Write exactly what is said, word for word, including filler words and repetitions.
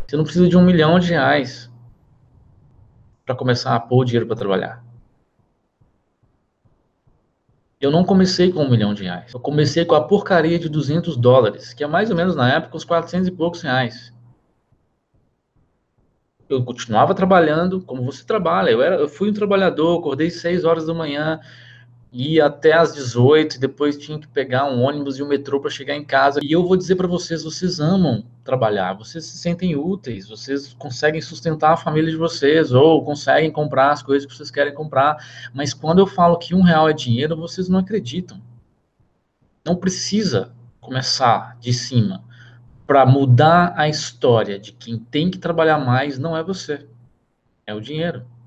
Você não precisa de um milhão de reais para começar a pôr o dinheiro para trabalhar. Eu não comecei com um milhão de reais. Eu comecei com a porcaria de duzentos dólares, que é mais ou menos na época uns quatrocentos e poucos reais. Eu continuava trabalhando como você trabalha. Eu, era, eu fui um trabalhador, acordei seis horas da manhã, ia até às dezoito, e depois tinha que pegar um ônibus e um metrô para chegar em casa. E eu vou dizer para vocês, vocês amam trabalhar, vocês se sentem úteis, vocês conseguem sustentar a família de vocês, ou conseguem comprar as coisas que vocês querem comprar. Mas quando eu falo que um real é dinheiro, vocês não acreditam. Não precisa começar de cima. Para mudar a história de quem tem que trabalhar mais, não é você, é o dinheiro.